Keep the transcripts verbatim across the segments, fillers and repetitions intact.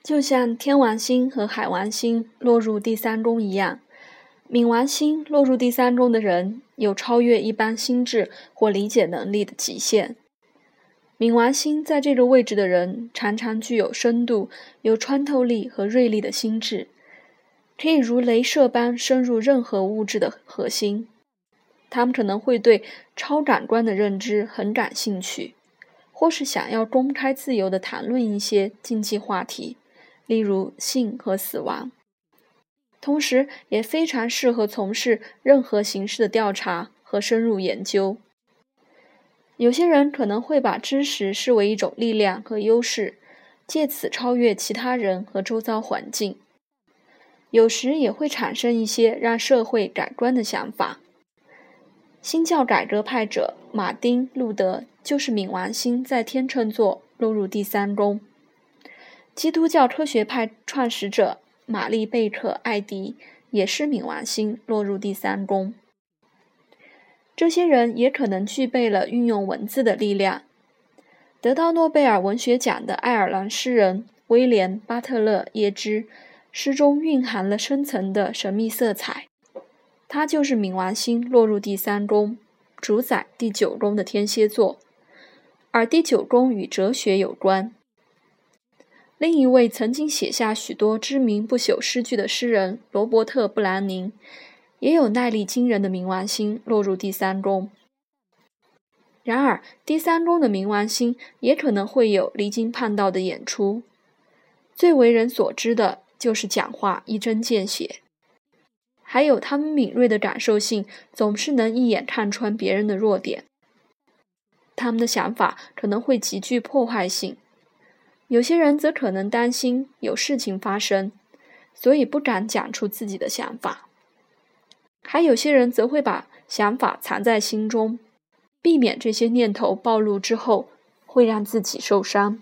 就像天王星和海王星落入第三宫一样，冥王星落入第三宫的人有超越一般心智或理解能力的极限。冥王星在这个位置的人常常具有深度、有穿透力和锐利的心智，可以如雷射般深入任何物质的核心。他们可能会对超感官的认知很感兴趣，或是想要公开自由地谈论一些禁忌话题，例如性和死亡。同时也非常适合从事任何形式的调查和深入研究。有些人可能会把知识视为一种力量和优势，借此超越其他人和周遭环境。有时也会产生一些让社会改观的想法。新教改革派者马丁·路德就是冥王星在天秤座落入第三宫。基督教科学派创始者玛丽·贝克·艾迪也是冥王星落入第三宫。这些人也可能具备了运用文字的力量。得到诺贝尔文学奖的爱尔兰诗人威廉·巴特勒也知，诗中蕴含了深层的神秘色彩。他就是冥王星落入第三宫，主宰第九宫的天蝎座，而第九宫与哲学有关。另一位曾经写下许多知名不朽诗句的诗人罗伯特·布兰宁，也有耐力惊人的冥王星落入第三宫。然而，第三宫的冥王星也可能会有离经叛道的演出。最为人所知的就是讲话一针见血，还有他们敏锐的感受性总是能一眼看穿别人的弱点。他们的想法可能会极具破坏性。有些人则可能担心有事情发生，所以不敢讲出自己的想法。还有些人则会把想法藏在心中，避免这些念头暴露之后会让自己受伤。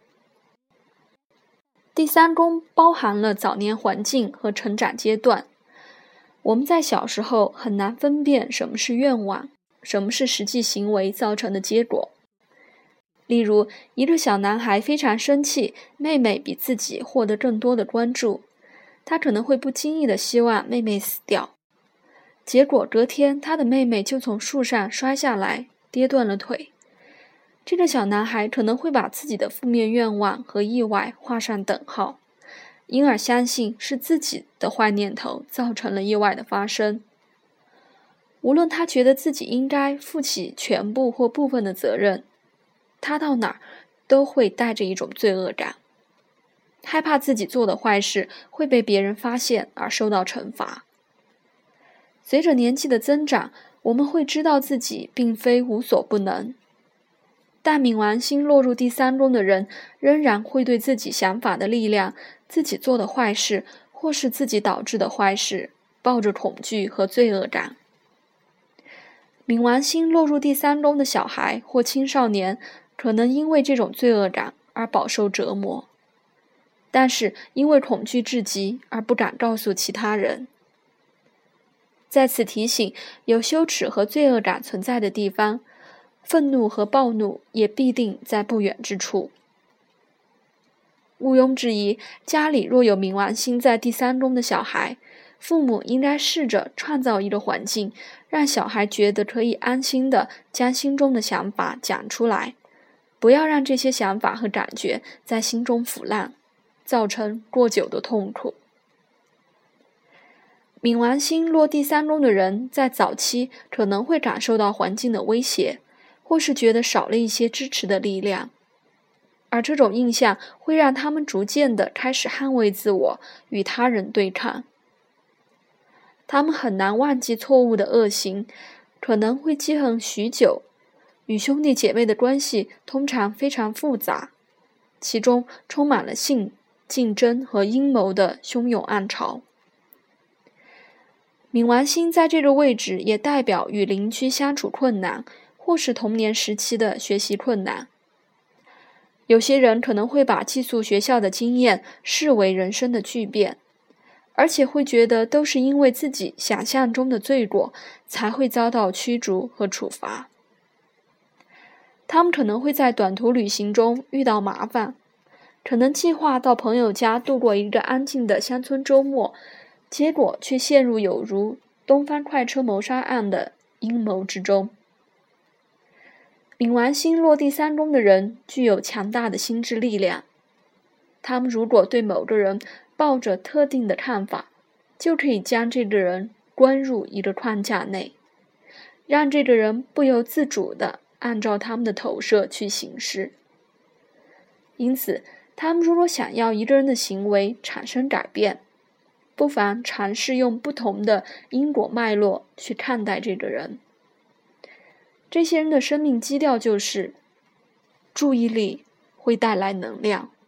第三宫包含了早年环境和成长阶段。我们在小时候很难分辨什么是愿望，什么是实际行为造成的结果。例如，一个小男孩非常生气，妹妹比自己获得更多的关注，他可能会不经意地希望妹妹死掉。结果隔天，他的妹妹就从树上摔下来，跌断了腿。这个小男孩可能会把自己的负面愿望和意外画上等号，因而相信是自己的坏念头造成了意外的发生。无论他觉得自己应该负起全部或部分的责任，他到哪儿都会带着一种罪恶感，害怕自己做的坏事会被别人发现而受到惩罚。随着年纪的增长，我们会知道自己并非无所不能，但冥王星落入第三宫的人仍然会对自己想法的力量、自己做的坏事或是自己导致的坏事抱着恐惧和罪恶感。冥王星落入第三宫的小孩或青少年可能因为这种罪恶感而饱受折磨，但是因为恐惧至极而不敢告诉其他人。在此提醒，有羞耻和罪恶感存在的地方，愤怒和暴怒也必定在不远之处。毋庸置疑，家里若有冥王星在第三宫的小孩，父母应该试着创造一个环境，让小孩觉得可以安心地将心中的想法讲出来，不要让这些想法和感觉在心中腐烂，造成过久的痛苦。冥王星落第三宫的人在早期可能会感受到环境的威胁，或是觉得少了一些支持的力量，而这种印象会让他们逐渐地开始捍卫自我，与他人对抗。他们很难忘记错误的恶行，可能会记恨许久。与兄弟姐妹的关系通常非常复杂，其中充满了性、竞争和阴谋的汹涌暗潮。冥王星在这个位置也代表与邻居相处困难，或是童年时期的学习困难。有些人可能会把寄宿学校的经验视为人生的巨变，而且会觉得都是因为自己想象中的罪过才会遭到驱逐和处罚。他们可能会在短途旅行中遇到麻烦， 可能计划到朋友家度过一个安静的乡村周末，结果却陷入有如东方快车谋杀案的阴谋之中。冥王星落第三宫的人具有强大的心智力量，他们如果对某个人抱着特定的看法，就可以将这个人关入一个框架内，让这个人不由自主地按照他们的投射去行事。因此，他们如果想要一个人的行为产生改变，不妨尝试用不同的因果脉络去看待这个人。这些人的生命基调就是：注意力会带来能量。